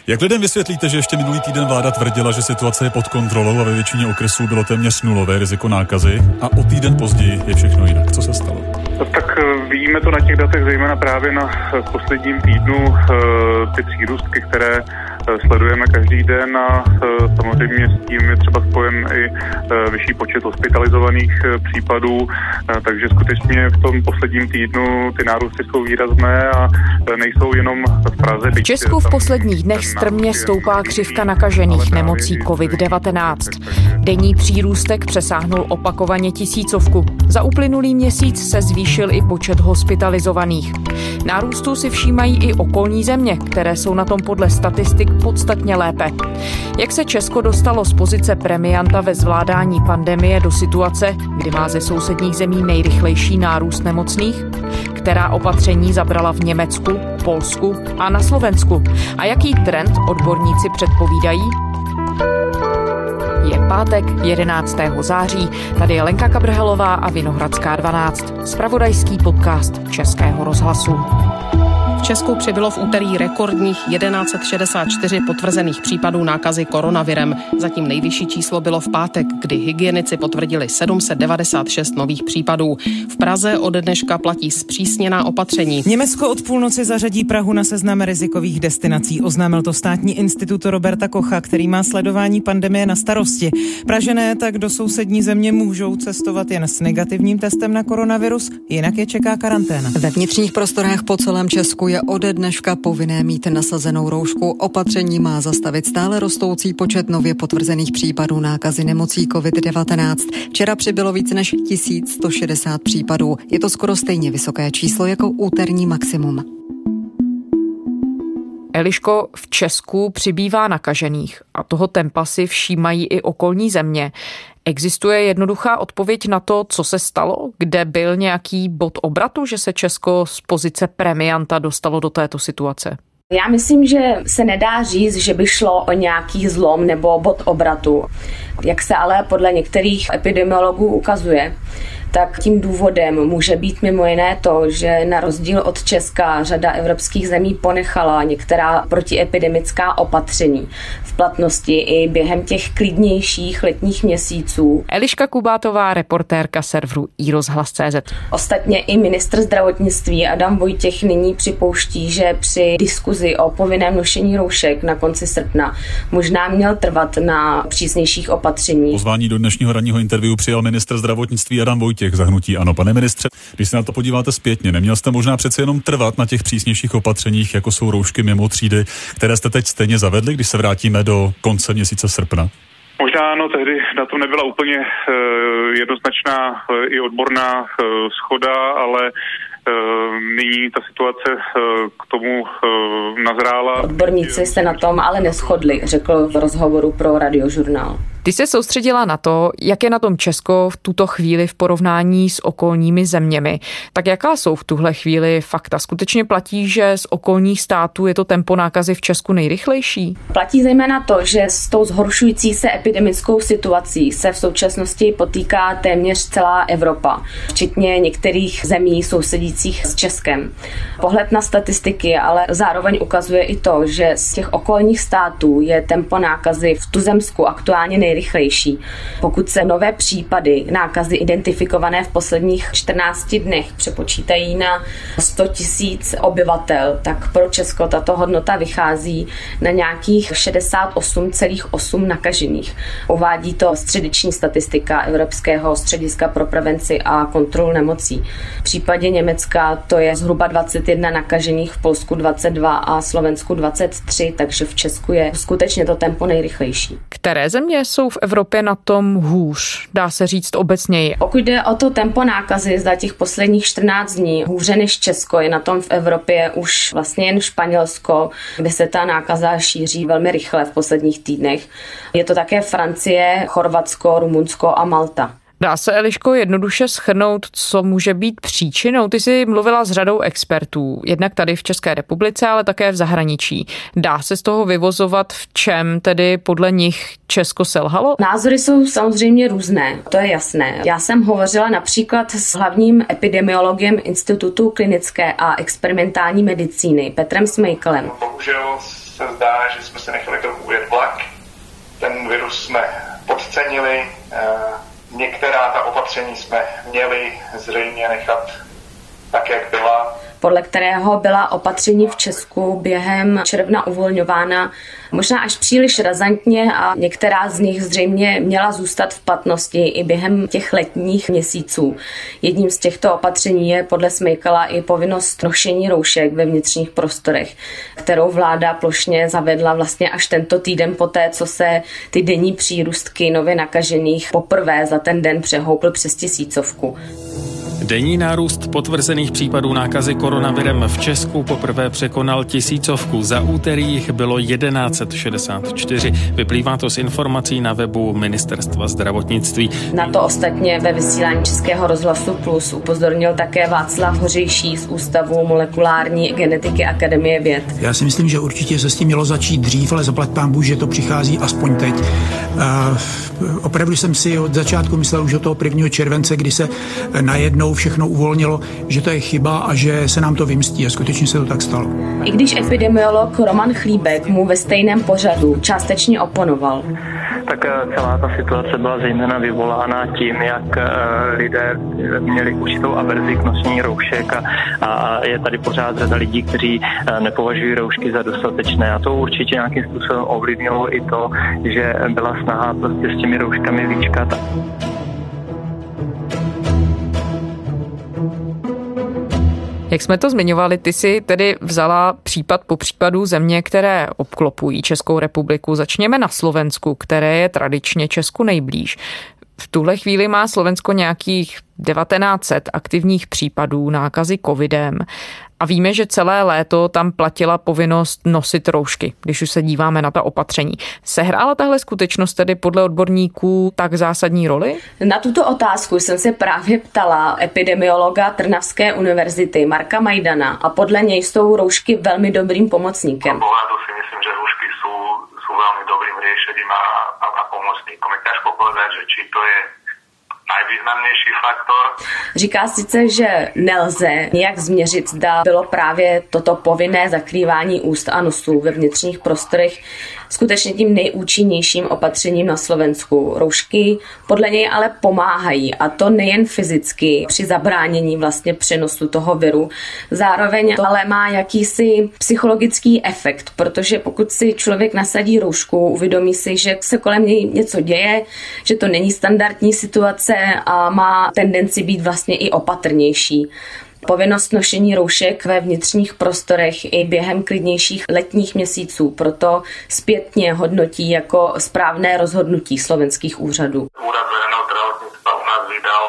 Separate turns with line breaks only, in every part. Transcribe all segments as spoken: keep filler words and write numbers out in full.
Jak lidem vysvětlíte, že ještě minulý týden vláda tvrdila, že situace je pod kontrolou a ve většině okresů bylo téměř nulové riziko nákazy a o týden později je všechno jinak? Co se stalo?
Tak vidíme to na těch datech, zejména právě na posledním týdnu, ty přírůstky, které sledujeme každý den a samozřejmě s tím je třeba spojen i vyšší počet hospitalizovaných případů, takže skutečně v tom posledním týdnu ty nárůsty jsou výrazné a nejsou jenom v Praze.
V Česku v posledních dnech strmě stoupá křivka nakažených nemocí covid devatenáct. Denní přírůstek přesáhnul opakovaně tisícovku. Za uplynulý měsíc se zvýšil i počet hospitalizovaných. Nárůstu si všímají i okolní země, které jsou na tom podle statistik podstatně lépe. Jak se Česko dostalo z pozice premianta ve zvládání pandemie do situace, kdy má ze sousedních zemí nejrychlejší nárůst nemocných? Která opatření zabrala v Německu, Polsku a na Slovensku? A jaký trend odborníci předpovídají? Je pátek, jedenáctého září, tady je Lenka Kabrhelová a Vinohradská dvanáct, zpravodajský podcast Českého rozhlasu.
V Česku přibylo v úterý rekordních tisíc sto šedesát čtyři potvrzených případů nákazy koronavirem. Zatím nejvyšší číslo bylo v pátek, kdy hygienici potvrdili sedm set devadesát šest nových případů. V Praze od dneška platí zpřísněná opatření.
Německo od půlnoci zařadí Prahu na seznam rizikových destinací. Oznámil to Státní institut Roberta Kocha, který má sledování pandemie na starosti. Pražané tak do sousední země můžou cestovat jen s negativním testem na koronavirus, jinak je čeká karanténa.
Ve vnitřních prostorách po celém Česku je ode dneška povinné mít nasazenou roušku. Opatření má zastavit stále rostoucí počet nově potvrzených případů nákazy nemocí covid devatenáct. Včera přibylo víc než tisíc sto šedesát případů. Je to skoro stejně vysoké číslo jako úterní maximum.
Eliško, v Česku přibývá nakažených a toho tempa si všímají i okolní země. Existuje jednoduchá odpověď na to, co se stalo? Kde byl nějaký bod obratu, že se Česko z pozice premianta dostalo do této situace?
Já myslím, že se nedá říct, že by šlo o nějaký zlom nebo bod obratu. Jak se ale podle některých epidemiologů ukazuje, tak tím důvodem může být mimo jiné to, že na rozdíl od Česka řada evropských zemí ponechala některá protiepidemická opatření v platnosti i během těch klidnějších letních měsíců.
Eliška Kubátová, reportérka serveru iRozhlas tečka cé zet.
Ostatně i ministr zdravotnictví Adam Vojtěch nyní připouští, že při diskuzi o povinném nošení roušek na konci srpna možná měl trvat na přísnějších opatřeních.
Pozvání do dnešního ranního interview přijal ministr zdravotnictví Adam Vojtěch za hnutí ANO. Pane ministře, když se na to podíváte zpětně, neměl jste možná přece jenom trvat na těch přísnějších opatřeních, jako jsou roušky mimo třídy, které jste teď stejně zavedli, když se vrátíme do konce měsíce srpna?
Možná ano, tehdy na tom nebyla úplně uh, jednoznačná uh, i odborná uh, shoda, ale uh, nyní ta situace uh, k tomu uh, nazrála.
Odborníci se na tom ale neshodli, řekl v rozhovoru pro Radiožurnál.
Ty se soustředila na to, jak je na tom Česko v tuto chvíli v porovnání s okolními zeměmi. Tak jaká jsou v tuhle chvíli fakta? Skutečně platí, že z okolních států je to tempo nákazy v Česku nejrychlejší?
Platí zejména to, že s tou zhoršující se epidemickou situací se v současnosti potýká téměř celá Evropa, včetně některých zemí sousedících s Českem. Pohled na statistiky ale zároveň ukazuje i to, že z těch okolních států je tempo nákazy v tuzemsku aktuálně nejrychlejší. rychlejší. Pokud se nové případy nákazy identifikované v posledních čtrnácti dnech přepočítají na sto tisíc obyvatel, tak pro Česko tato hodnota vychází na nějakých šedesát osm celá osm nakažených. Uvádí to středeční statistika Evropského střediska pro prevenci a kontrolu nemocí. V případě Německa to je zhruba dvacet jedna nakažených, v Polsku dvacet dva a Slovensku dvacet tři, takže v Česku je skutečně to tempo nejrychlejší.
Které země jsou v Evropě na tom hůř, dá se říct obecněji?
Pokud jde o to tempo nákazy za těch posledních čtrnáct dní, hůře než Česko je na tom v Evropě už vlastně jen Španělsko, kde se ta nákaza šíří velmi rychle v posledních týdnech. Je to také Francie, Chorvatsko, Rumunsko a Malta.
Dá se, Eliško, jednoduše shrnout, co může být příčinou? Ty jsi mluvila s řadou expertů, jednak tady v České republice, ale také v zahraničí. Dá se z toho vyvozovat, v čem tedy podle nich Česko selhalo?
Názory jsou samozřejmě různé, to je jasné. Já jsem hovořila například s hlavním epidemiologem Institutu klinické a experimentální medicíny Petrem Smejklem.
Bohužel
se zdá, že jsme se nechali trochu ujet vlak. Ten virus jsme podcenili. Některá ta opatření jsme měli zřejmě nechat tak, jak byla.
Podle kterého byla opatření v Česku během června uvolňována možná až příliš razantně a některá z nich zřejmě měla zůstat v platnosti i během těch letních měsíců. Jedním z těchto opatření je podle Smejkala i povinnost nošení roušek ve vnitřních prostorech, kterou vláda plošně zavedla vlastně až tento týden poté, co se ty denní přírůstky nově nakažených poprvé za ten den přehoupl přes tisícovku.
Denní nárůst potvrzených případů nákazy koronavirem v Česku poprvé překonal tisícovku. Za úterý jich bylo tisíc sto šedesát čtyři. Vyplývá to z informací na webu Ministerstva zdravotnictví.
Na to ostatně ve vysílání Českého rozhlasu Plus upozornil také Václav Hořejší z Ústavu molekulární genetiky Akademie věd.
Já si myslím, že určitě se s tím mělo začít dřív, ale zaplať pán Bůh, že to přichází aspoň teď. Uh, opravdu jsem si od začátku myslel už od toho prvního července, kdy se najednou všechno uvolnilo, že to je chyba a že se nám to vymstí a skutečně se to tak stalo.
I když epidemiolog Roman Chlíbek mu ve stejném pořadu částečně oponoval.
Tak celá ta situace byla zejména vyvolána tím, jak lidé měli určitou averzi k nošení roušek a, a je tady pořád řada lidí, kteří nepovažují roušky za dostatečné a to určitě nějakým způsobem ovlivnilo i to, že byla snaha prostě s těmi rouškami vyčkat.
Jak jsme to zmiňovali, ty si tedy vzala případ po případu země, které obklopují Českou republiku. Začněme na Slovensku, které je tradičně Česku nejblíž. V tuhle chvíli má Slovensko nějakých devatenáct set aktivních případů nákazy covidem a víme, že celé léto tam platila povinnost nosit roušky, když už se díváme na ta opatření. Sehrála tahle skutečnost tedy podle odborníků tak zásadní roli?
Na tuto otázku jsem se právě ptala epidemiologa Trnavské univerzity Marka Majdana a podle něj jsou roušky velmi dobrým pomocníkem.
Pohľadu si myslím, že roušky sú, sú veľmi dobrým riešením a, a, a pomocníkom. Je ťažko povedať, že či to je najvýznamnější faktor.
Říká sice, že nelze nijak změřit, zda bylo právě toto povinné zakrývání úst a nosů ve vnitřních prostorech skutečně tím nejúčinnějším opatřením na Slovensku. Roušky podle něj ale pomáhají a to nejen fyzicky při zabránění vlastně přenosu toho viru. Zároveň to ale má jakýsi psychologický efekt, protože pokud si člověk nasadí roušku, uvědomí si, že se kolem něj něco děje, že to není standardní situace a má tendenci být vlastně i opatrnější. Povinnost nošení roušek ve vnitřních prostorech i během klidnějších letních měsíců proto zpětně hodnotí jako správné rozhodnutí slovenských úřadů.
Úrad verejného zdravotníctva u nás vydal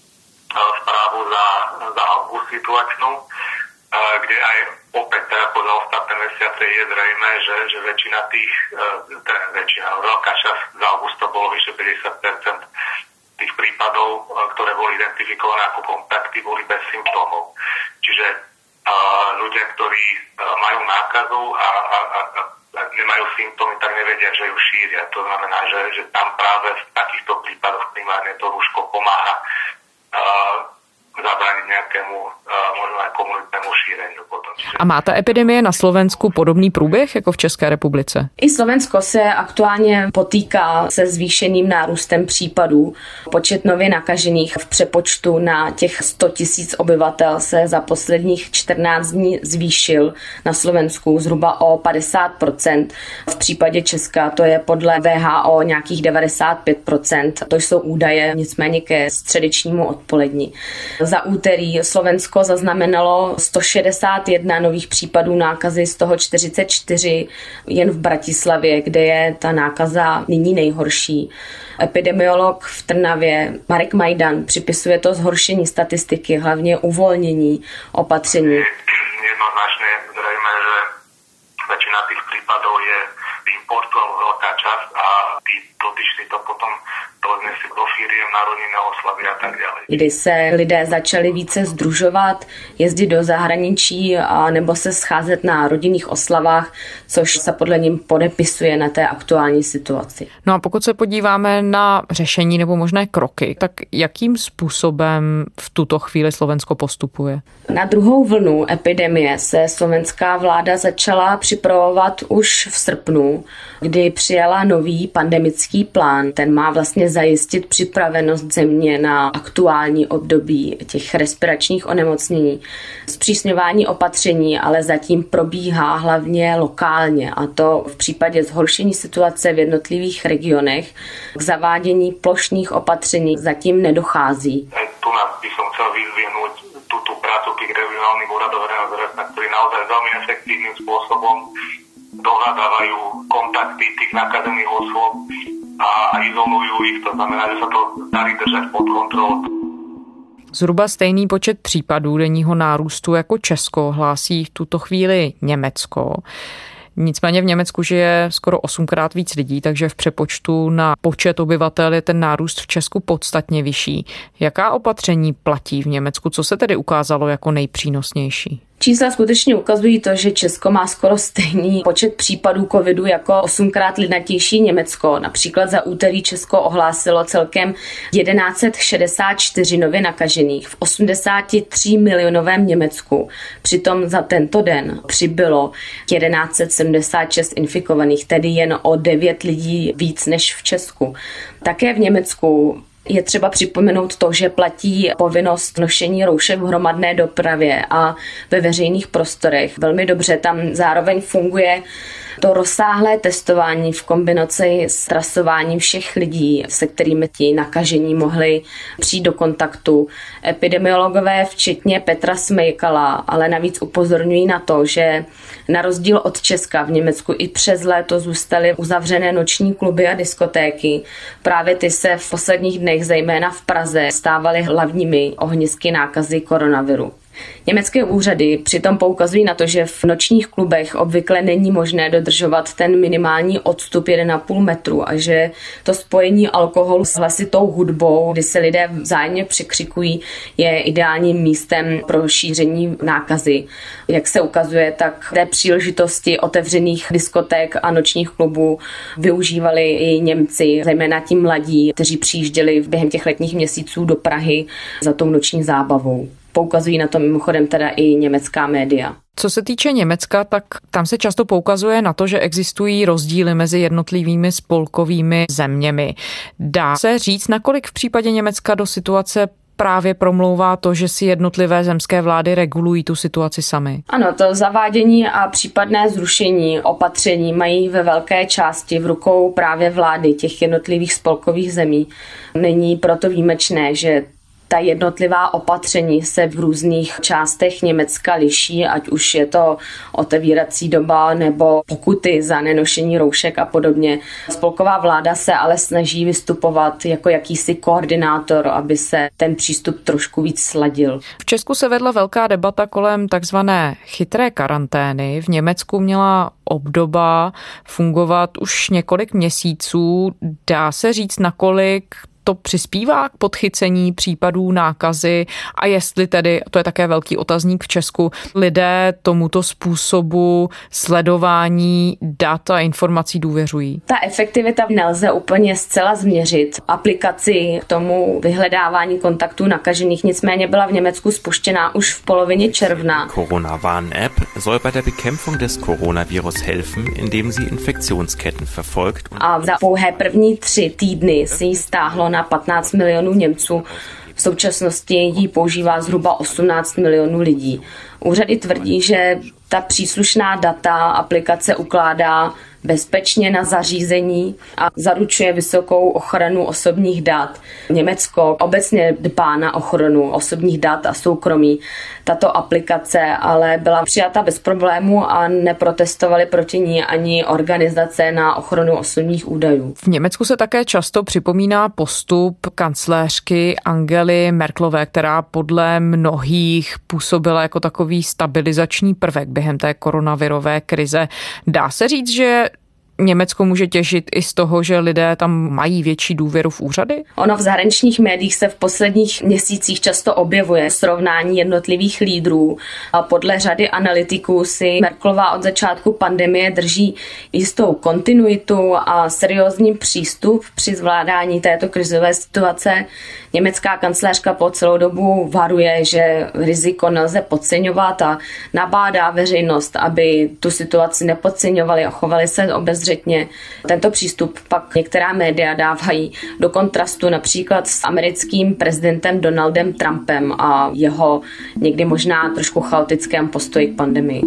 správu za, za august situačnú, kde aj opäť ako za ostatné mesiace je zrejme, že, že väčšina tých, teda väčšina, veľká časť za august to bolo vyše päťdesiat percent tých prípadov, ktoré boli identifikované ako kontakty, boli bez symptómov. Čiže uh, ľudia, ktorí uh, majú nákazu a, a, a, a nemajú symptómy, tak nevedia, že ju šíria. To znamená, že, že tam práve v takýchto prípadoch primárne to rúško pomáha uh, zabrániť nejakému uh, možno aj komunitnému šíreniu potom.
A má ta epidemie na Slovensku podobný průběh jako v České republice?
I Slovensko se aktuálně potýká se zvýšeným nárůstem případů. Počet nově nakažených v přepočtu na těch sto tisíc obyvatel se za posledních čtrnáct dní zvýšil na Slovensku zhruba o padesát procent. V případě Česka to je podle V H O nějakých devadesát pět procent. To jsou údaje nicméně ke středečnímu odpolední. Za úterý Slovensko zaznamenalo sto šedesát jedna nových případů nákazy, z toho čtyřicet čtyři jen v Bratislavě, kde je ta nákaza nyní nejhorší. Epidemiolog v Trnavě Marek Majdan připisuje to zhoršení statistiky, hlavně uvolnění opatření.
Jednoznačne zrejme, že väčšina tých prípadov je v importu alebo veľká časť a tí dotyční to potom to povedzme si do firiem na rodinné oslavy a tak ďalej.
Kdy se lidé začali více sdružovat, jezdit do zahraničí a nebo se scházet na rodinných oslavách, což se podle něm podepisuje na té aktuální situaci.
No a pokud se podíváme na řešení nebo možné kroky, tak jakým způsobem v tuto chvíli Slovensko postupuje?
Na druhou vlnu epidemie se slovenská vláda začala připravovat už v srpnu, kdy přijala nový pandemický plán. Ten má vlastně zajistit připravenost země na aktuální období těch respiračních onemocnění. Zpřísňování opatření ale zatím probíhá hlavně lokálně, a to v případě zhoršení situace v jednotlivých regionech k zavádění plošných opatření zatím nedochází.
Tu nás by som chcel vyzvihnúť túto prácu tých regionálnych úradov verejného zdravotníctva, ktorí naozaj veľmi efektívnym spôsobom dohľadávajú kontakty tých nakazených osôb a izolujú ich. To znamená, že sa to darí držať pod kontrolou.
Zhruba stejný počet případů denního nárůstu jako Česko hlásí v tuto chvíli Německo. Nicméně v Německu žije skoro osmkrát víc lidí, takže v přepočtu na počet obyvatel je ten nárůst v Česku podstatně vyšší. Jaká opatření platí v Německu? Co se tedy ukázalo jako nejpřínosnější?
Čísla skutečně ukazují to, že Česko má skoro stejný počet případů covidu jako osmkrát lidnatější Německo. Například za úterý Česko ohlásilo celkem tisíc sto šedesát čtyři nově nakažených v osmdesáti třech milionovém Německu. Přitom za tento den přibylo tisíc set sedmdesát šest infikovaných, tedy jen o devět lidí víc než v Česku. Také v Německu je třeba připomenout to, že platí povinnost nošení roušek v hromadné dopravě a ve veřejných prostorech. Velmi dobře tam zároveň funguje to rozsáhlé testování v kombinaci s trasováním všech lidí, se kterými ti nakažení mohli přijít do kontaktu. Epidemiologové, včetně Petra Smejkala, ale navíc upozorňují na to, že na rozdíl od Česka v Německu i přes léto zůstaly uzavřené noční kluby a diskotéky. Právě ty se v posledních dnech, zejména v Praze, stávaly hlavními ohnisky nákazy koronaviru. Německé úřady přitom poukazují na to, že v nočních klubech obvykle není možné dodržovat ten minimální odstup jeden a půl metru a že to spojení alkoholu s hlasitou hudbou, kdy se lidé vzájemně překřikují, je ideálním místem pro šíření nákazy. Jak se ukazuje, tak té příležitosti otevřených diskoték a nočních klubů využívali i Němci, zejména ti mladí, kteří přijížděli během těch letních měsíců do Prahy za tou noční zábavou. Poukazují na to mimochodem teda i německá média.
Co se týče Německa, tak tam se často poukazuje na to, že existují rozdíly mezi jednotlivými spolkovými zeměmi. Dá se říct, nakolik v případě Německa do situace právě promlouvá to, že si jednotlivé zemské vlády regulují tu situaci sami?
Ano, to zavádění a případné zrušení opatření mají ve velké části v rukou právě vlády těch jednotlivých spolkových zemí. Není proto výjimečné, že ta jednotlivá opatření se v různých částech Německa liší, ať už je to otevírací doba nebo pokuty za nenošení roušek a podobně. Spolková vláda se ale snaží vystupovat jako jakýsi koordinátor, aby se ten přístup trošku víc sladil.
V Česku se vedla velká debata kolem takzvané chytré karantény. V Německu měla obdoba fungovat už několik měsíců. Dá se říct, nakolik to přispívá k podchycení případů nákazy a jestli tedy, to je také velký otazník v Česku, lidé tomuto způsobu sledování dat a informací důvěřují?
Ta efektivita nelze úplně zcela změřit. Aplikaci k tomu vyhledávání kontaktů nakažených nicméně byla v Německu spuštěná už v polovině června.
Corona-Warn-App soll bei der Bekämpfung des Coronavirus helfen, indem sie Infektionsketten verfolgt.
A za pouhé první tři týdny si ji stáhlo na patnáct milionů Němců. V současnosti ji používá zhruba osmnáct milionů lidí. Úřady tvrdí, že ta příslušná data aplikace ukládá bezpečně na zařízení a zaručuje vysokou ochranu osobních dat. Německo obecně dbá na ochranu osobních dat a soukromí. Tato aplikace ale byla přijata bez problému a neprotestovaly proti ní ani organizace na ochranu osobních údajů.
V Německu se také často připomíná postup kancléřky Angely Merkelové, která podle mnohých působila jako takový stabilizační prvek během té koronavirové krize. Dá se říct, že Německo může těžit i z toho, že lidé tam mají větší důvěru v úřady?
Ono v zahraničních médiích se v posledních měsících často objevuje srovnání jednotlivých lídrů. A podle řady analytiků si Merkelová od začátku pandemie drží jistou kontinuitu a seriózní přístup při zvládání této krizové situace. Německá kancléřka po celou dobu varuje, že riziko nelze podceňovat a nabádá veřejnost, aby tu situaci nepodceňovali a chovali se obezřetně. Tento přístup pak některá média dávají do kontrastu například s americkým prezidentem Donaldem Trumpem a jeho někdy možná trošku chaotickém postoji k pandemii.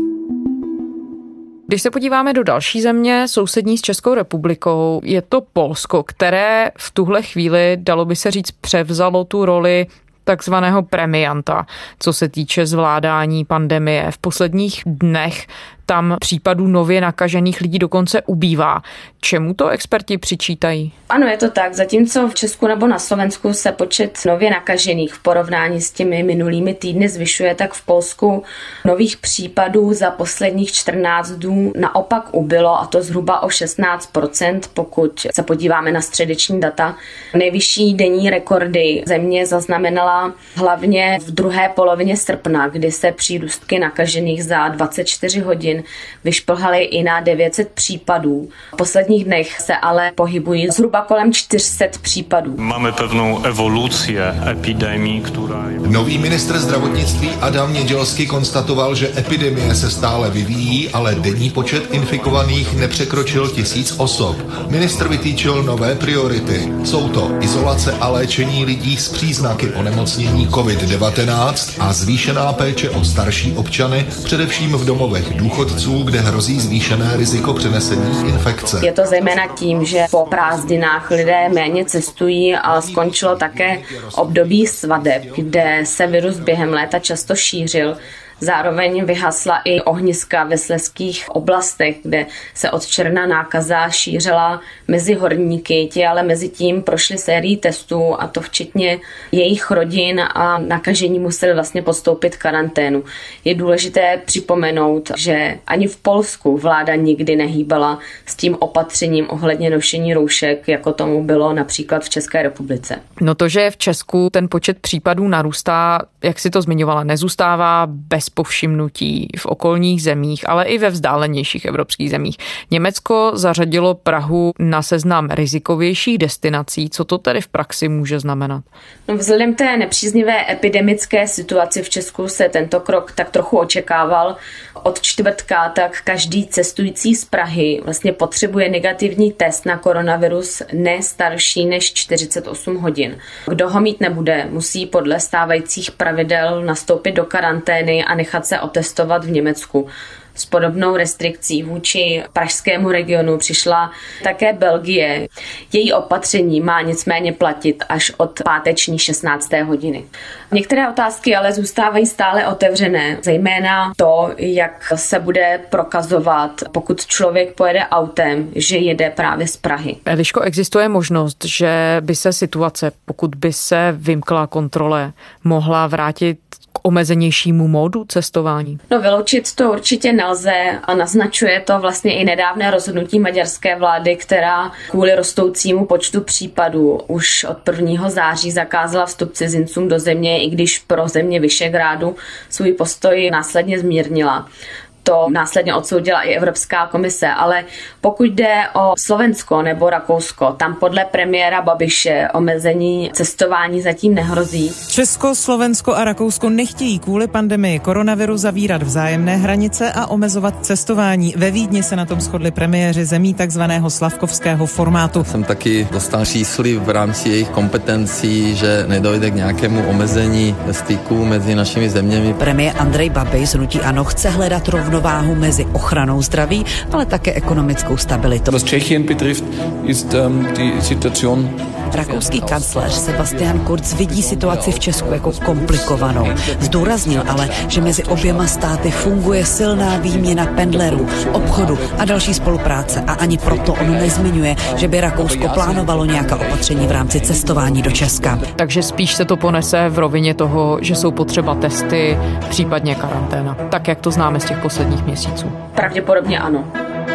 Když se podíváme do další země, sousední s Českou republikou, je to Polsko, které v tuhle chvíli, dalo by se říct, převzalo tu roli takzvaného premianta, co se týče zvládání pandemie. V posledních dnech tam případů nově nakažených lidí dokonce ubývá. Čemu to experti přičítají?
Ano, je to tak. Zatímco v Česku nebo na Slovensku se počet nově nakažených v porovnání s těmi minulými týdny zvyšuje, tak v Polsku nových případů za posledních čtrnáct dnů naopak ubylo, a to zhruba o šestnáct procent, pokud se podíváme na středeční data. Nejvyšší denní rekordy země zaznamenala hlavně v druhé polovině srpna, kdy se přírůstky nakažených za dvacet čtyři hodin vyšplhaly i na devět set případů. V posledních dnech se ale pohybují zhruba kolem čtyři sta případů.
Máme pevnou evoluci epidemii, která je...
Nový ministr zdravotnictví Adam Niedzielski konstatoval, že epidemie se stále vyvíjí, ale denní počet infikovaných nepřekročil tisíc osob. Ministr vytýčil nové priority. Jsou to izolace a léčení lidí s příznaky onemocnění covid devatenáct a zvýšená péče o starší občany, především v domovech důchodců, kde hrozí zvýšené riziko přenesení infekce.
Je to zejména tím, že po prázdninách lidé méně cestují a skončilo také období svadeb, kde se virus během léta často šířil. Zároveň vyhasla i ohniska ve slezských oblastech, kde se od června nákaza šířila mezi horníky. Ti ale mezi tím prošli sérii testů, a to včetně jejich rodin, a nakažení museli vlastně podstoupit karanténu. Je důležité připomenout, že ani v Polsku vláda nikdy nehýbala s tím opatřením ohledně nošení roušek, jako tomu bylo například v České republice.
No to, že v Česku ten počet případů narůstá, jak si to zmiňovala, nezůstává bez povšimnutí v okolních zemích, ale i ve vzdálenějších evropských zemích. Německo zařadilo Prahu na seznam rizikovějších destinací. Co to tedy v praxi může znamenat?
No, vzhledem té nepříznivé epidemické situaci v Česku se tento krok tak trochu očekával. Od čtvrtka tak každý cestující z Prahy vlastně potřebuje negativní test na koronavirus ne starší než čtyřicet osm hodin. Kdo ho mít nebude, musí podle stávajících pravidel nastoupit do karantény a nechat se otestovat v Německu. S podobnou restrikcí vůči pražskému regionu přišla také Belgie. Její opatření má nicméně platit až od páteční šestnácté hodiny. Některé otázky ale zůstávají stále otevřené, zejména to, jak se bude prokazovat, pokud člověk pojede autem, že jede právě z Prahy.
Eliško, existuje možnost, že by se situace, pokud by se vymkla kontrole, mohla vrátit k omezenějšímu módu cestování?
No, vyloučit to určitě nelze a naznačuje to vlastně i nedávné rozhodnutí maďarské vlády, která kvůli rostoucímu počtu případů už od prvního září zakázala vstup cizincům do země, i když pro země Visegrádu svůj postoj následně zmírnila. To následně odsoudila i Evropská komise, ale pokud jde o Slovensko nebo Rakousko, tam podle premiéra Babiše omezení cestování zatím nehrozí.
Česko, Slovensko a Rakousko nechtějí kvůli pandemii koronaviru zavírat vzájemné hranice a omezovat cestování. Ve Vídni se na tom shodli premiéři zemí takzvaného slavkovského formátu.
Jsem taky dostal příslib v rámci jejich kompetencí, že nedojde k nějakému omezení styku mezi našimi zeměmi.
Premiér Andrej Babiš z hnutí ANO chce hledat rovnováhu mezi ochranou zdraví, ale také ekonomickou stabilitou.
Was Tschechien betrifft, ist um, die Situation.
Rakouský kancléř Sebastian Kurz vidí situaci v Česku jako komplikovanou. Zdůraznil ale, že mezi oběma státy funguje silná výměna pendlerů, obchodu a další spolupráce, a ani proto on nezmiňuje, že by Rakousko plánovalo nějaká opatření v rámci cestování do Česka.
Takže spíš se to ponese v rovině toho, že jsou potřeba testy, případně karanténa, tak jak to známe z těch posledních měsíců.
Pravděpodobně ano.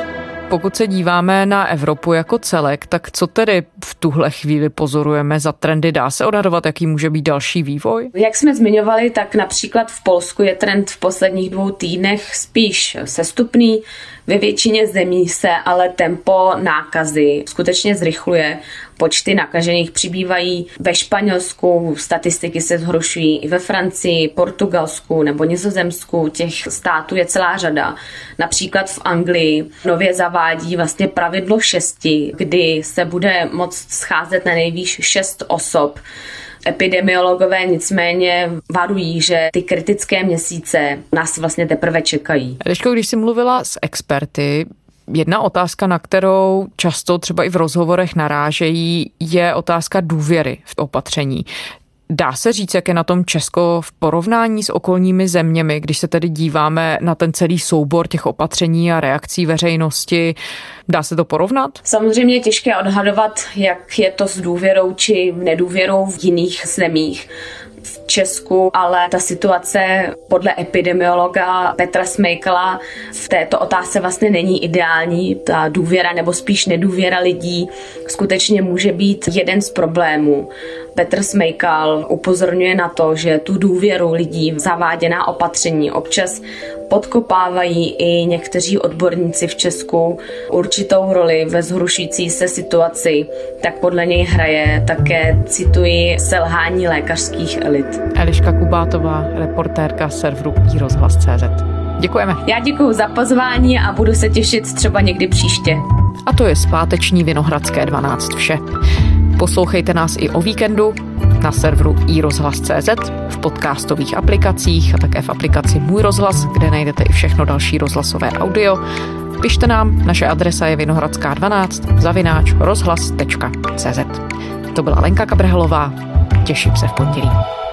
Pokud se díváme na Evropu jako celek, tak co tedy v tuhle chvíli pozorujeme za trendy? Dá se odhadovat, jaký může být další vývoj?
Jak jsme zmiňovali, tak například v Polsku je trend v posledních dvou týdnech spíš sestupný. Ve většině zemí se ale tempo nákazy skutečně zrychluje. Počty nakažených přibývají ve Španělsku, statistiky se zhoršují i ve Francii, Portugalsku nebo Nizozemsku. Těch států je celá řada. Například v Anglii nově zavádí vlastně pravidlo šesti, kdy se bude moct scházet na nejvýš šest osob. Epidemiologové nicméně varují, že ty kritické měsíce nás vlastně teprve čekají.
Eliško, když jsi mluvila s experty, jedna otázka, na kterou často třeba i v rozhovorech narážejí, je otázka důvěry v opatření. Dá se říct, jak je na tom Česko v porovnání s okolními zeměmi, když se tedy díváme na ten celý soubor těch opatření a reakcí veřejnosti? Dá se to porovnat?
Samozřejmě je těžké odhadovat, jak je to s důvěrou či nedůvěrou v jiných zemích. V Česku, ale ta situace podle epidemiologa Petra Smejkala v této otázce vlastně není ideální. Ta důvěra nebo spíš nedůvěra lidí skutečně může být jeden z problémů. Petr Smejkal upozorňuje na to, že tu důvěru lidí v zaváděná opatření občas podkopávají i někteří odborníci v Česku. Určitou roli ve zhoršující se situaci tak podle něj hraje také, cituji, selhání lékařských elit.
Eliška Kubátová, reportérka serveru i rozhlas tečka cé zet. Děkujeme.
Já děkuju za pozvání a budu se těšit třeba někdy příště.
A to je z páteční Vinohradské dvanáct vše. Poslouchejte nás i o víkendu na serveru i rozhlas tečka cé zet, v podcastových aplikacích a také v aplikaci Můj rozhlas, kde najdete i všechno další rozhlasové audio. Pište nám, naše adresa je vinohradská dvanáct zavináč rozhlas tečka cé zet. To byla Lenka Kabrhelová, těším se v pondělí.